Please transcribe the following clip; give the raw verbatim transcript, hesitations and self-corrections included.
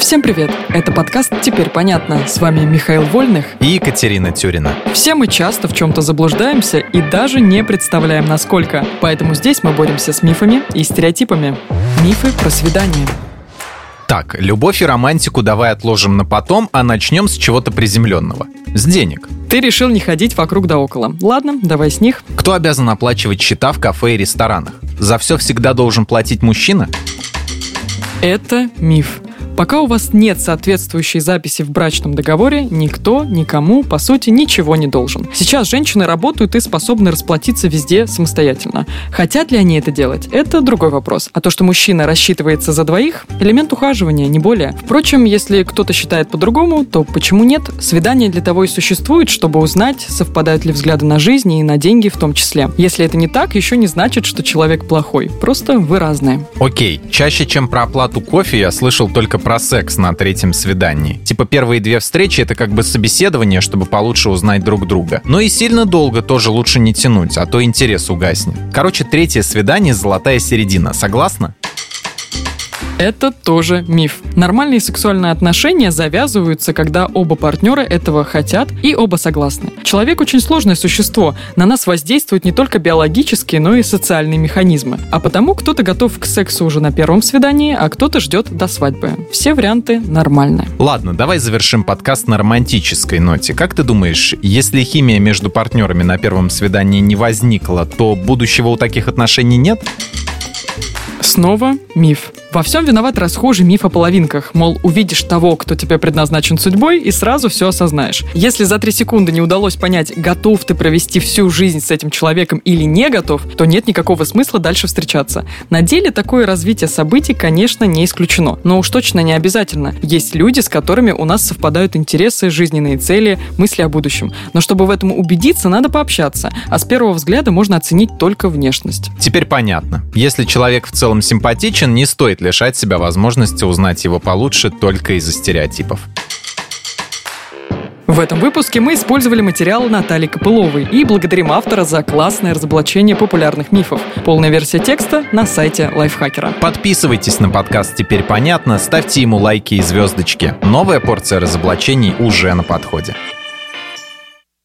Всем привет! Это подкаст «Теперь понятно». С вами Михаил Вольных и Екатерина Тюрина. Все мы часто в чем-то заблуждаемся и даже не представляем, насколько. Поэтому здесь мы боремся с мифами и стереотипами. Мифы про свидание. Так, любовь и романтику давай отложим на потом, а начнем с чего-то приземленного. С денег. Ты решил не ходить вокруг да около. Ладно, давай с них. Кто обязан оплачивать счета в кафе и ресторанах? За все всегда должен платить мужчина? Это миф. Пока у вас нет соответствующей записи в брачном договоре, никто никому, по сути, ничего не должен. Сейчас женщины работают и способны расплатиться везде самостоятельно. Хотят ли они это делать? Это другой вопрос. А то, что мужчина рассчитывается за двоих, элемент ухаживания, не более. Впрочем, если кто-то считает по-другому, то почему нет? Свидание для того и существует, чтобы узнать, совпадают ли взгляды на жизнь и на деньги в том числе. Если это не так, еще не значит, что человек плохой. Просто вы разные. Окей, чаще, чем про оплату кофе, я слышал только про секс на третьем свидании. Типа первые две встречи — это как бы собеседование, чтобы получше узнать друг друга. Но и сильно долго тоже лучше не тянуть, а то интерес угаснет. Короче, третье свидание — золотая середина. Согласна? Это тоже миф. Нормальные сексуальные отношения завязываются, когда оба партнера этого хотят и оба согласны. Человек очень сложное существо. На нас воздействуют не только биологические, но и социальные механизмы. А потому кто-то готов к сексу уже на первом свидании, а кто-то ждет до свадьбы. Все варианты нормальны. Ладно, давай завершим подкаст на романтической ноте. Как ты думаешь, если химия между партнерами на первом свидании не возникла, то будущего у таких отношений нет? Снова миф. Во всем виноват расхожий миф о половинках. Мол, увидишь того, кто тебе предназначен судьбой, и сразу все осознаешь. Если за три секунды не удалось понять, готов ты провести всю жизнь с этим человеком или не готов, то нет никакого смысла дальше встречаться. На деле такое развитие событий, конечно, не исключено. Но уж точно не обязательно. Есть люди, с которыми у нас совпадают интересы, жизненные цели, мысли о будущем. Но чтобы в этом убедиться, надо пообщаться. А с первого взгляда можно оценить только внешность. Теперь понятно. Если человек в целом симпатичен, не стоит лишать себя возможности узнать его получше только из-за стереотипов. В этом выпуске мы использовали материалы Натальи Копыловой и благодарим автора за классное разоблачение популярных мифов. Полная версия текста на сайте Лайфхакера. Подписывайтесь на подкаст «Теперь понятно», ставьте ему лайки и звездочки. Новая порция разоблачений уже на подходе.